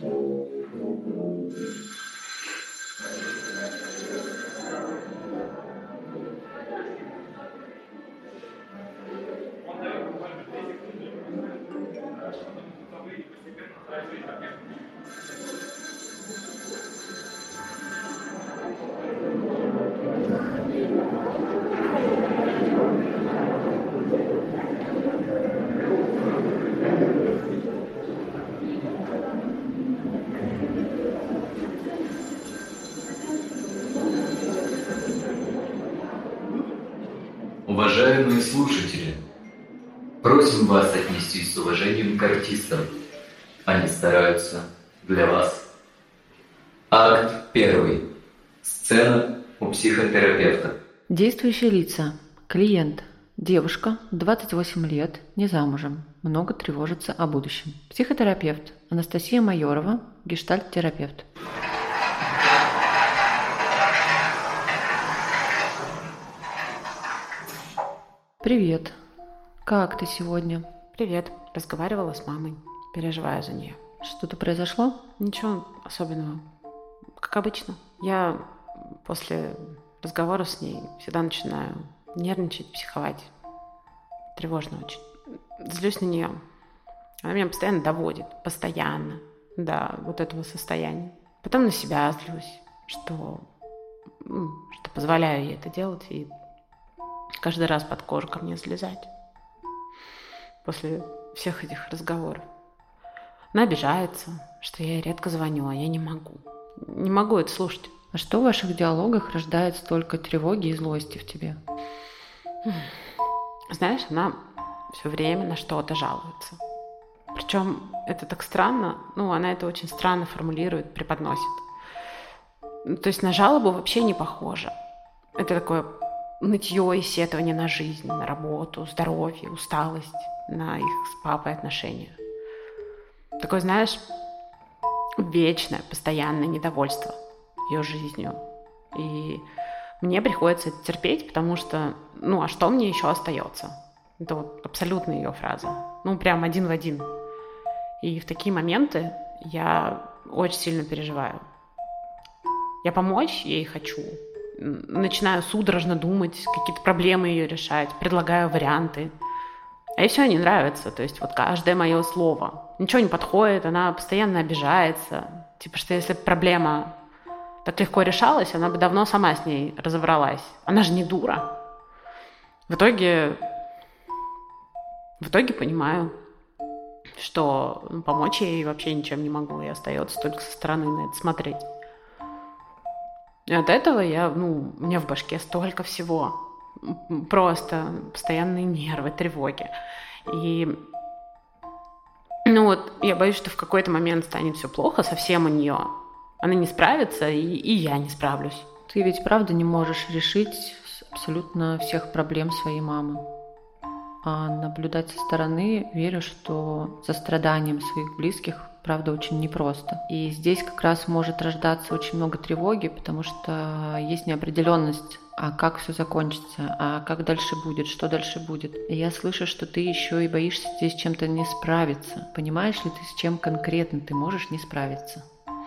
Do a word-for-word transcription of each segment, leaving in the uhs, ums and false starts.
Уважаемые слушатели, просим вас отнестись с уважением к артистам. Они стараются для вас. Акт первый. Сцена у психотерапевта. Действующие лица. Клиент. Девушка, двадцать восемь лет, не замужем, много тревожится о будущем. Психотерапевт. Анастасия Майорова, гештальт-терапевт. Привет. Как ты сегодня? Привет. Разговаривала с мамой. Переживаю за нее. Что-то произошло? Ничего особенного. Как обычно. Я после разговора с ней всегда начинаю нервничать, психовать. Тревожно очень. Злюсь на нее. Она меня постоянно доводит. Постоянно. До вот этого состояния. Потом на себя злюсь, что, ну, что позволяю ей это делать и каждый раз под кожу ко мне залезать. После всех этих разговоров. Она обижается, что я ей редко звоню, а я не могу. Не могу это слушать. А что в ваших диалогах рождает столько тревоги и злости в тебе? Знаешь, она все время на что-то жалуется. Причем это так странно, ну, она это очень странно формулирует, преподносит. То есть на жалобу вообще не похоже. Это такое нытье и сетование на жизнь, на работу, здоровье, усталость, на их с папой отношения. Такое, знаешь, вечное, постоянное недовольство ее жизнью. И мне приходится это терпеть, потому что, ну, а что мне еще остается? Это вот абсолютно ее фраза. Ну, прям один в один. И в такие моменты я очень сильно переживаю. Я помочь ей хочу. Начинаю судорожно думать, какие-то проблемы ее решать, предлагаю варианты. А ей все не нравится. То есть вот каждое мое слово. Ничего не подходит, она постоянно обижается. Типа, что если проблема так легко решалась, она бы давно сама с ней разобралась. Она же не дура. В итоге, в итоге понимаю, что ну, помочь я ей вообще ничем не могу, и остается только со стороны на это смотреть. И от этого я, ну, у меня в башке столько всего. Просто постоянные нервы, тревоги. И, ну вот, я боюсь, что в какой-то момент станет все плохо совсем у нее. Она не справится, и, и я не справлюсь. Ты ведь правда не можешь решить абсолютно всех проблем своей мамы. А наблюдать со стороны, верю, что со страданием своих близких, правда, очень непросто. И здесь как раз может рождаться очень много тревоги, потому что есть неопределенность, а как все закончится, а как дальше будет, что дальше будет. И я слышу, что ты еще и боишься здесь чем-то не справиться. Понимаешь ли ты, с чем конкретно ты можешь не справиться?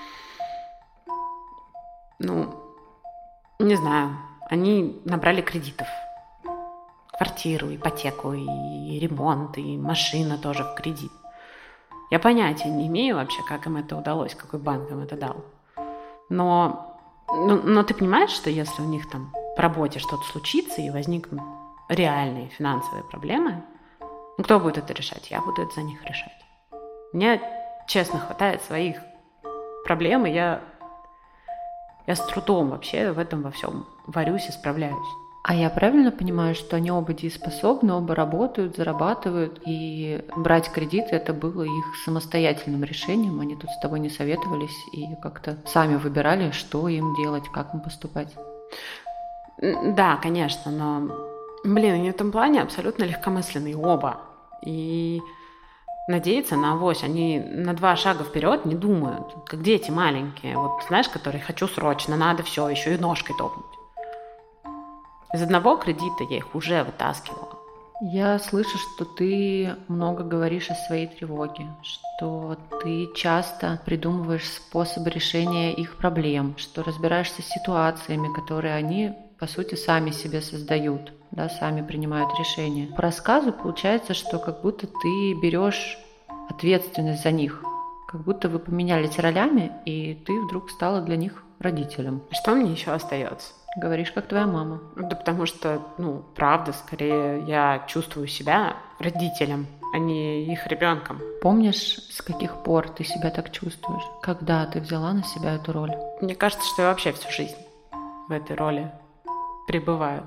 Ну, не знаю. Они набрали кредитов. Квартиру, ипотеку, и ремонт, и машина тоже в кредит. Я понятия не имею вообще, как им это удалось, какой банк им это дал. Но, но, но ты понимаешь, что если у них там по работе что-то случится и возникнут реальные финансовые проблемы, ну, кто будет это решать? Я буду это за них решать. Мне, честно, хватает своих проблем, и я, я с трудом вообще в этом во всем варюсь и справляюсь. А я правильно понимаю, что они оба дееспособны, оба работают, зарабатывают, и брать кредиты это было их самостоятельным решением, они тут с тобой не советовались и как-то сами выбирали, что им делать, как им поступать? Да, конечно, но, блин, они в этом плане абсолютно легкомысленные оба. И надеяться на авось, они на два шага вперед не думают, как дети маленькие, вот знаешь, которые хочу срочно, надо все, еще и ножкой топнуть. Из одного кредита я их уже вытаскивала. Я слышу, что ты много говоришь о своей тревоге, что ты часто придумываешь способы решения их проблем, что разбираешься с ситуациями, которые они, по сути, сами себе создают, да, сами принимают решения. По рассказу получается, что как будто ты берешь ответственность за них, как будто вы поменялись ролями, и ты вдруг стала для них родителем. Что мне еще остается? Говоришь, как твоя мама. Да потому что, ну, правда, скорее я чувствую себя родителем, а не их ребенком. Помнишь, с каких пор ты себя так чувствуешь? Когда ты взяла на себя эту роль? Мне кажется, что я вообще всю жизнь в этой роли пребываю.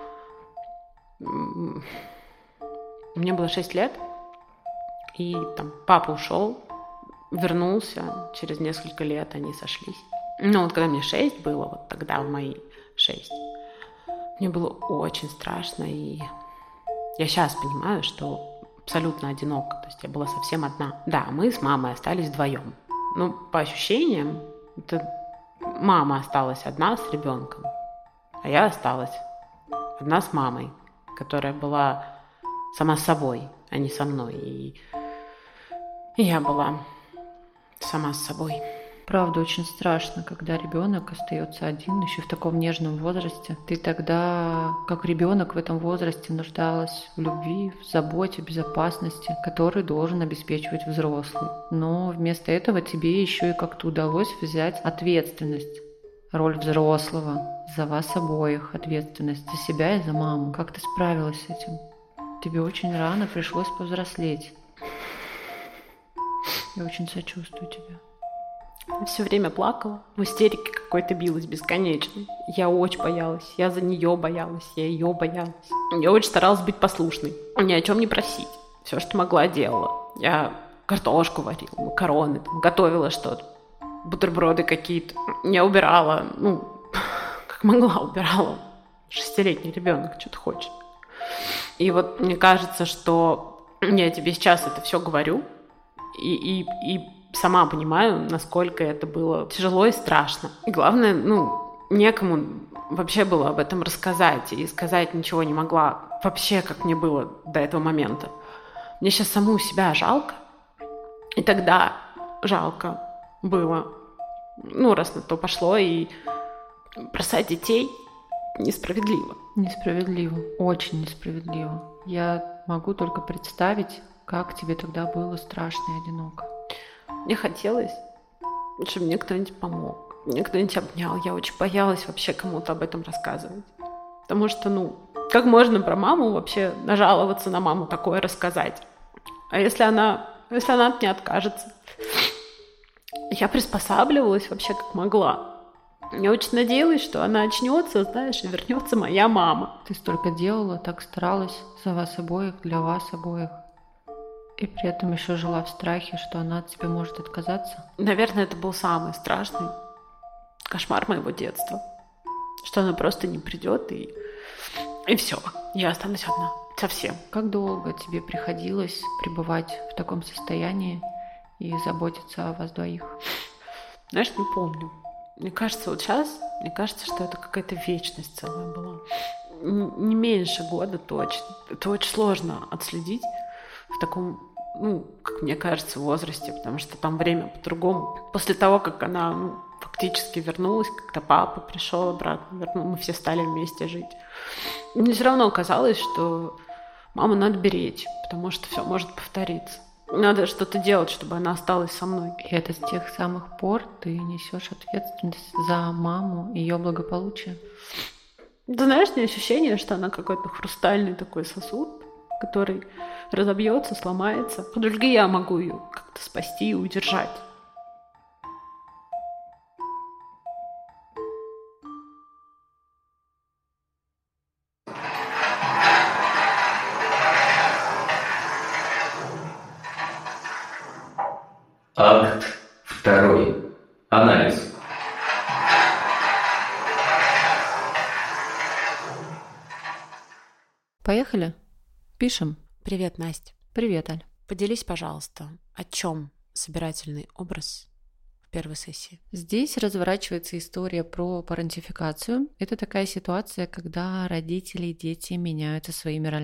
Мне было шесть лет, и там папа ушел, вернулся, через несколько лет они сошлись. Ну, вот когда мне шесть было, вот тогда в мои шесть, мне было очень страшно, и я сейчас понимаю, что абсолютно одиноко, то есть я была совсем одна. Да, мы с мамой остались вдвоем. Ну, по ощущениям, это мама осталась одна с ребенком, а я осталась одна с мамой, которая была сама с собой, а не со мной. И, и я была сама с собой. Правда, очень страшно, когда ребенок остается один, еще в таком нежном возрасте. Ты тогда, как ребенок в этом возрасте, нуждалась в любви, в заботе, в безопасности, которую должен обеспечивать взрослый. Но вместо этого тебе еще и как-то удалось взять ответственность, роль взрослого, за вас обоих, ответственность за себя и за маму. Как ты справилась с этим? Тебе очень рано пришлось повзрослеть. Я очень сочувствую тебе. Все время плакала, в истерике какой-то билась бесконечно. Я очень боялась, я за нее боялась, я ее боялась. Я очень старалась быть послушной, ни о чем не просить. Все, что могла, делала. Я картошку варила, макароны, там, готовила что-то, бутерброды какие-то. Я убирала, ну, как могла убирала. Шестилетний ребенок, что ты хочешь. И вот мне кажется, что я тебе сейчас это все говорю, и, и, и сама понимаю, насколько это было тяжело и страшно. И главное, ну, некому вообще было об этом рассказать, и сказать ничего не могла вообще, как мне было до этого момента. Мне сейчас саму себя жалко, и тогда жалко было. Ну, раз на то пошло, и бросать детей несправедливо. Несправедливо, очень несправедливо. Я могу только представить, как тебе тогда было страшно и одиноко. Мне хотелось, чтобы мне кто-нибудь помог, мне кто-нибудь обнял. Я очень боялась вообще кому-то об этом рассказывать. Потому что, ну, как можно про маму вообще нажаловаться на маму, такое рассказать? А если она, если она от меня откажется? Я приспосабливалась вообще как могла. Я очень надеялась, что она очнется, знаешь, и вернется моя мама. Ты столько делала, так старалась за вас обоих, для вас обоих. И при этом еще жила в страхе, что она от тебя может отказаться. Наверное, это был самый страшный кошмар моего детства. Что она просто не придет, и, и все. Я останусь одна. Совсем. Как долго тебе приходилось пребывать в таком состоянии и заботиться о вас двоих? Знаешь, не помню. Мне кажется, вот сейчас, мне кажется, что это какая-то вечность целая была. Не меньше года точно. Это очень сложно отследить в таком, ну, как мне кажется, возрасте, потому что там время по-другому. После того, как она, ну, фактически вернулась, когда папа пришел обратно, вернул, мы все стали вместе жить. Мне все равно казалось, что маму надо беречь, потому что все может повториться. Надо что-то делать, чтобы она осталась со мной. И это с тех самых пор ты несешь ответственность за маму и ее благополучие? Ты знаешь, у меня ощущение, что она какой-то хрустальный такой сосуд, который разобьется, сломается. А только я могу ее как-то спасти и удержать. Акт второй. Анализ. Поехали? Пишем. Привет, Настя. Привет, Аль. Поделись, пожалуйста, о чем собирательный образ в первой сессии? Здесь разворачивается история про парентификацию. Это такая ситуация, когда родители и дети меняются своими ролями.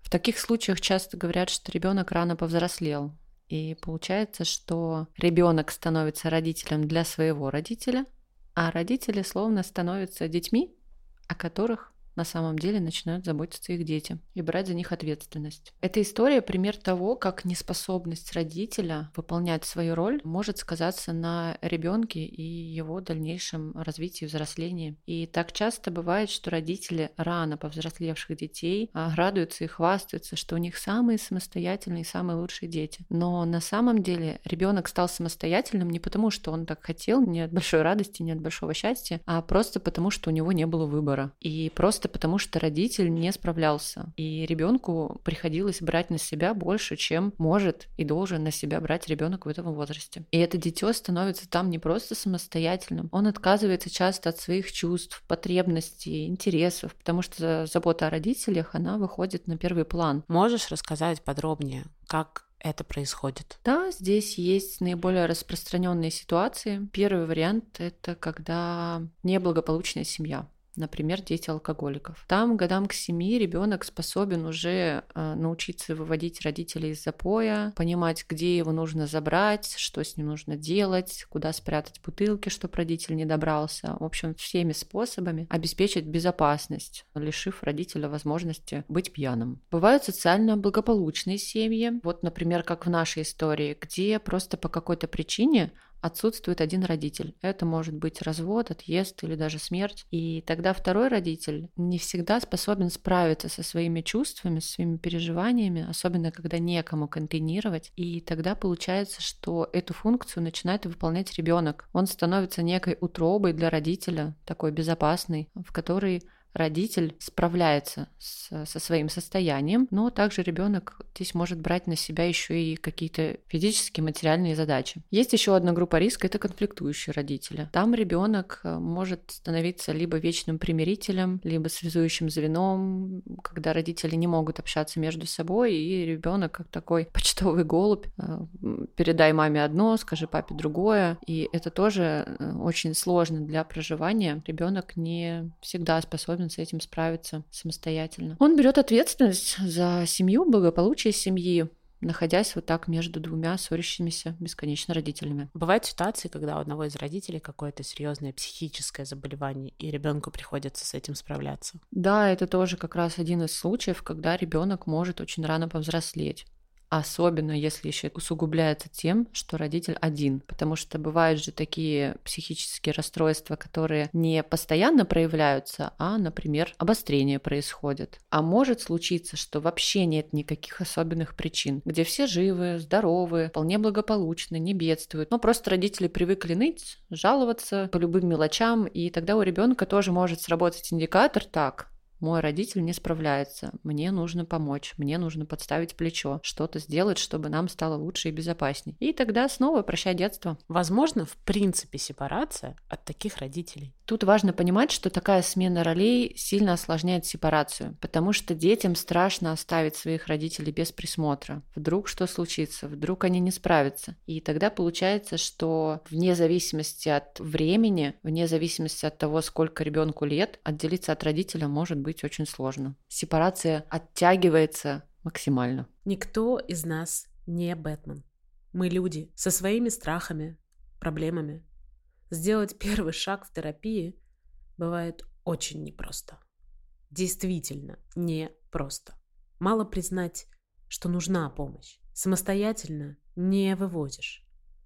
В таких случаях часто говорят, что ребенок рано повзрослел. И получается, что ребенок становится родителем для своего родителя, а родители словно становятся детьми, о которых на самом деле начинают заботиться их дети и брать за них ответственность. Эта история — пример того, как неспособность родителя выполнять свою роль может сказаться на ребенке и его дальнейшем развитии и взрослении. И так часто бывает, что родители рано повзрослевших детей радуются и хвастаются, что у них самые самостоятельные, самые лучшие дети. Но на самом деле ребенок стал самостоятельным не потому, что он так хотел, не от большой радости, не от большого счастья, а просто потому, что у него не было выбора. И просто потому что родитель не справлялся. И ребенку приходилось брать на себя больше, чем может и должен на себя брать ребенок в этом возрасте. И это дитё становится там не просто самостоятельным, он отказывается часто от своих чувств, потребностей, интересов, потому что забота о родителях, она выходит на первый план. Можешь рассказать подробнее, как это происходит? Да, здесь есть наиболее распространенные ситуации. Первый вариант — это когда неблагополучная семья. Например, дети алкоголиков. Там годам к семи ребенок способен уже э, научиться выводить родителей из запоя, понимать, где его нужно забрать, что с ним нужно делать, куда спрятать бутылки, чтобы родитель не добрался. В общем, всеми способами обеспечить безопасность, лишив родителя возможности быть пьяным. Бывают социально благополучные семьи, вот, например, как в нашей истории, где просто по какой-то причине отсутствует один родитель. Это может быть развод, отъезд или даже смерть. И тогда второй родитель не всегда способен справиться со своими чувствами, со своими переживаниями, особенно когда некому контейнировать. И тогда получается, что эту функцию начинает выполнять ребенок. Он становится некой утробой для родителя, такой безопасной, в которой родитель справляется с, со своим состоянием, но также ребенок здесь может брать на себя еще и какие-то физические, материальные задачи. Есть еще одна группа риска — это конфликтующие родители. Там ребенок может становиться либо вечным примирителем, либо связующим звеном, когда родители не могут общаться между собой, и ребенок как такой почтовый голубь: передай маме одно, скажи папе другое. И это тоже очень сложно для проживания. Ребенок не всегда способен с этим справиться самостоятельно. Он берет ответственность за семью, благополучие семьи, находясь вот так между двумя ссорящимися бесконечно родителями. Бывают ситуации, когда у одного из родителей какое-то серьезное психическое заболевание, и ребенку приходится с этим справляться. Да, это тоже как раз один из случаев, когда ребенок может очень рано повзрослеть. Особенно если еще усугубляется тем, что родитель один. Потому что бывают же такие психические расстройства, которые не постоянно проявляются, а, например, обострение происходит. А может случиться, что вообще нет никаких особенных причин, где все живы, здоровы, вполне благополучны, не бедствуют. Но просто родители привыкли ныть, жаловаться по любым мелочам, и тогда у ребенка тоже может сработать индикатор: так, мой родитель не справляется, мне нужно помочь, мне нужно подставить плечо, что-то сделать, чтобы нам стало лучше и безопаснее. И тогда снова прощай детство. Возможно, в принципе, сепарация от таких родителей. Тут важно понимать, что такая смена ролей сильно осложняет сепарацию, потому что детям страшно оставить своих родителей без присмотра. Вдруг что случится, вдруг они не справятся. И тогда получается, что вне зависимости от времени, вне зависимости от того, сколько ребенку лет, отделиться от родителя может быть очень сложно. Сепарация оттягивается максимально. Никто из нас не Бэтмен. Мы люди со своими страхами, проблемами. Сделать первый шаг в терапии бывает очень непросто. Действительно непросто. Мало признать, что нужна помощь. Самостоятельно не вывозишь.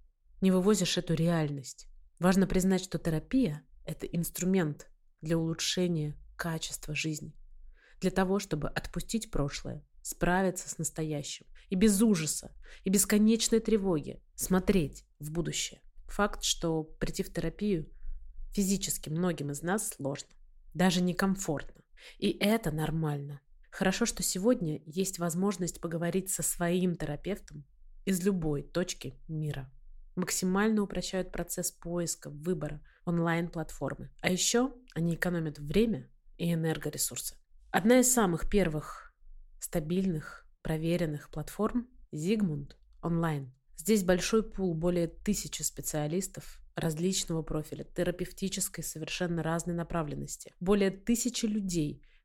Не вывозишь эту реальность. Важно признать, что терапия – это инструмент для улучшения качества жизни. Для того, чтобы отпустить прошлое, справиться с настоящим. И без ужаса, и бесконечной тревоги смотреть в будущее. Факт, что прийти в терапию физически многим из нас сложно, даже некомфортно. И это нормально. Хорошо, что сегодня есть возможность поговорить со своим терапевтом из любой точки мира. Максимально упрощают процесс поиска, выбора онлайн-платформы. А еще они экономят время и энергоресурсы. Одна из самых первых стабильных, проверенных платформ – Zigmund онлайн. Здесь большой пул, более тысячи специалистов различного профиля, терапевтической, совершенно разной направленности. Более тысячи людей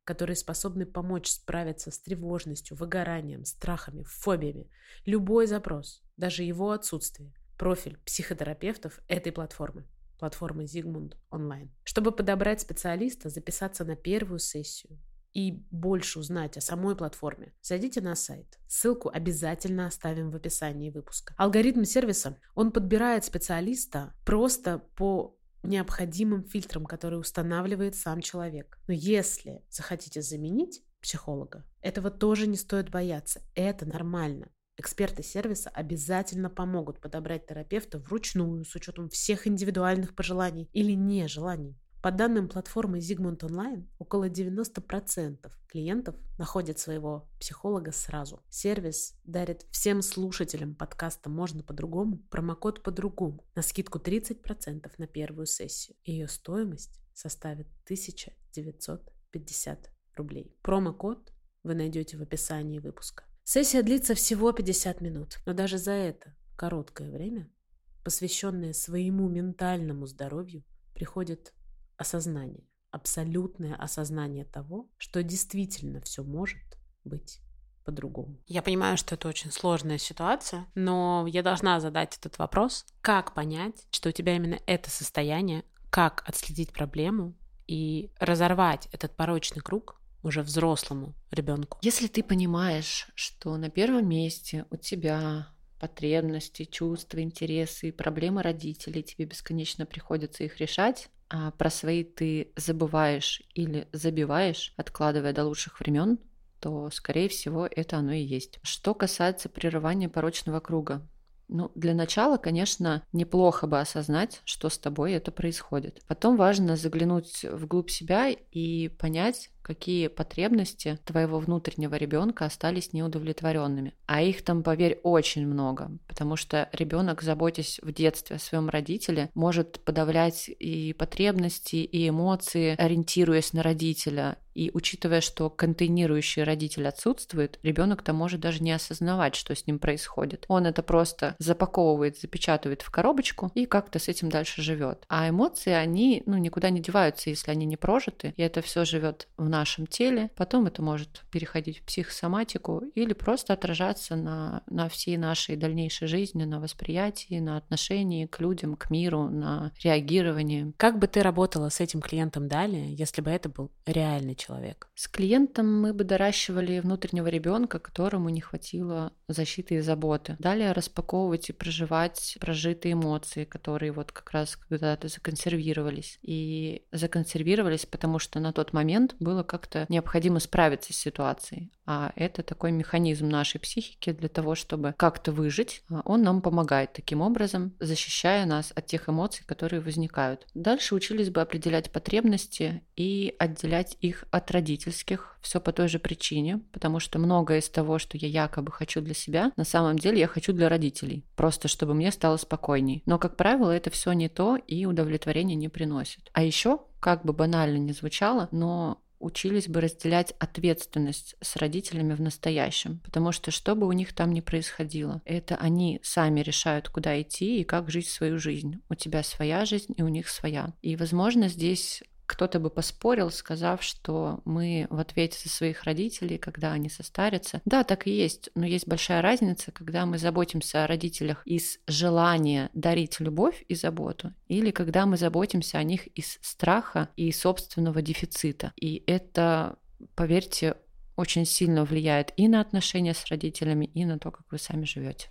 которые способны помочь справиться с тревожностью, выгоранием, страхами, фобиями. Любой запрос, даже его отсутствие, профиль психотерапевтов этой платформы. Платформы Zigmund онлайн. Чтобы подобрать специалиста, записаться на первую сессию и больше узнать о самой платформе, зайдите на сайт. Ссылку обязательно оставим в описании выпуска. Алгоритм сервиса, он подбирает специалиста просто по необходимым фильтрам, которые устанавливает сам человек. Но если захотите заменить психолога, этого тоже не стоит бояться. Это нормально. Эксперты сервиса обязательно помогут подобрать терапевта вручную с учетом всех индивидуальных пожеланий или нежеланий. По данным платформы Zigmund онлайн, около девяносто процентов клиентов находят своего психолога сразу. Сервис дарит всем слушателям подкаста «Можно по-другому» промокод «По-другому» на скидку тридцать процентов на первую сессию. Ее стоимость составит тысяча девятьсот пятьдесят рублей. Промокод вы найдете в описании выпуска. Сессия длится всего пятьдесят минут, но даже за это короткое время, посвященное своему ментальному здоровью, приходит осознание, абсолютное осознание того, что действительно все может быть по-другому. Я понимаю, что это очень сложная ситуация, но я должна задать этот вопрос. Как понять, что у тебя именно это состояние, как отследить проблему и разорвать этот порочный круг уже взрослому ребенку? Если ты понимаешь, что на первом месте у тебя потребности, чувства, интересы и проблемы родителей, тебе бесконечно приходится их решать, а про свои ты забываешь или забиваешь, откладывая до лучших времен, то, скорее всего, это оно и есть. Что касается прерывания порочного круга, ну, для начала, конечно, неплохо бы осознать, что с тобой это происходит. Потом важно заглянуть вглубь себя и понять, какие потребности твоего внутреннего ребенка остались неудовлетворенными. А их там, поверь, очень много, потому что ребенок, заботясь в детстве о своем родителе, может подавлять и потребности, и эмоции, ориентируясь на родителя. И учитывая, что контейнирующий родитель отсутствует, ребенок-то может даже не осознавать, что с ним происходит. Он это просто запаковывает, запечатывает в коробочку и как-то с этим дальше живет. А эмоции, они ну, никуда не деваются, если они не прожиты, и это все живет в нашем теле. Потом это может переходить в психосоматику или просто отражаться на, на всей нашей дальнейшей жизни, на восприятии, на отношении к людям, к миру, на реагировании. Как бы ты работала с этим клиентом далее, если бы это был реальный человек? С клиентом мы бы доращивали внутреннего ребенка, которому не хватило защиты и заботы. Далее распаковывать и проживать прожитые эмоции, которые вот как раз когда-то законсервировались. И законсервировались, потому что на тот момент было как-то необходимо справиться с ситуацией. А это такой механизм нашей психики для того, чтобы как-то выжить. Он нам помогает таким образом, защищая нас от тех эмоций, которые возникают. Дальше учились бы определять потребности и отделять их от родительских. Все по той же причине, потому что многое из того, что я якобы хочу для себя, на самом деле я хочу для родителей. Просто чтобы мне стало спокойней. Но, как правило, это все не то и удовлетворения не приносит. А еще, как бы банально ни звучало, но учились бы разделять ответственность с родителями в настоящем, потому что что бы у них там ни происходило, это они сами решают, куда идти и как жить свою жизнь. У тебя своя жизнь, и у них своя. И, возможно, здесь кто-то бы поспорил, сказав, что мы в ответе за своих родителей, когда они состарятся. Да, так и есть, но есть большая разница, когда мы заботимся о родителях из желания дарить любовь и заботу, или когда мы заботимся о них из страха и собственного дефицита. И это, поверьте, очень сильно влияет и на отношения с родителями, и на то, как вы сами живете.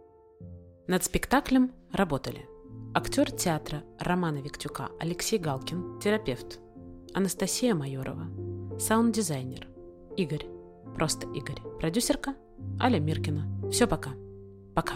Над спектаклем работали актер театра Романа Виктюка Алексей Галкин, терапевт Анастасия Майорова, саунд-дизайнер Игорь, просто Игорь, продюсерка Аля Миркина. Все, пока. Пока.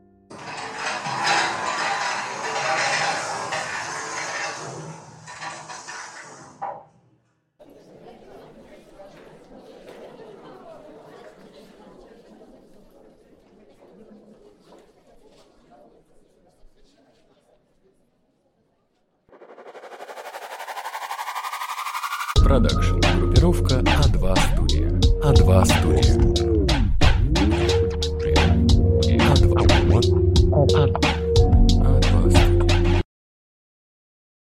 Продакшн. Группировка А два студия. А два студия. А два.